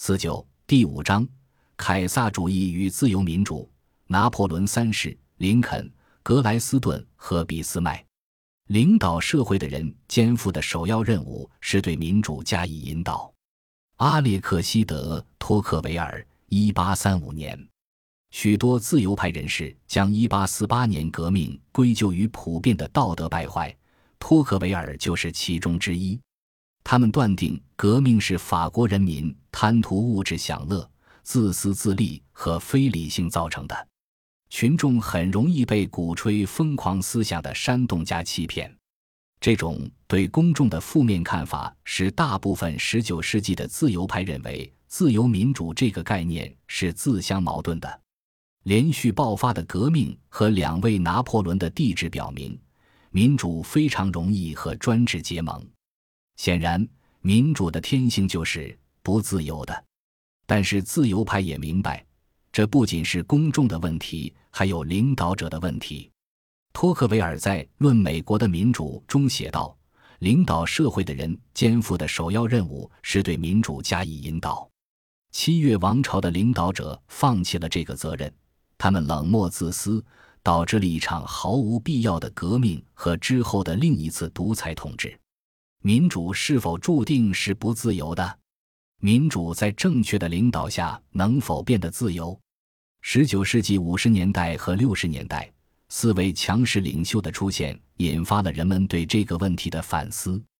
49第5章凯撒主义与自由民主。拿破仑三世、林肯、格莱斯顿和俾斯麦领导社会的人肩负的首要任务是对民主加以引导。阿列克西德·托克维尔1835年，许多自由派人士将1848年革命归咎于普遍的道德败坏，托克维尔就是其中之一。他们断定革命是法国人民贪图物质享乐、自私自利和非理性造成的。群众很容易被鼓吹疯狂思想的煽动加欺骗。这种对公众的负面看法使大部分19世纪的自由派认为自由民主这个概念是自相矛盾的。连续爆发的革命和2位拿破仑的帝制表明，民主非常容易和专制结盟。显然，民主的天性就是不自由的。但是自由派也明白，这不仅是公众的问题，还有领导者的问题。托克维尔在《论美国的民主》中写道，领导社会的人肩负的首要任务是对民主加以引导。7月王朝的领导者放弃了这个责任，他们冷漠自私，导致了一场毫无必要的革命和之后的另一次独裁统治。民主是否注定是不自由的？民主在正确的领导下能否变得自由？19世纪50年代和60年代，4位强势领袖的出现引发了人们对这个问题的反思。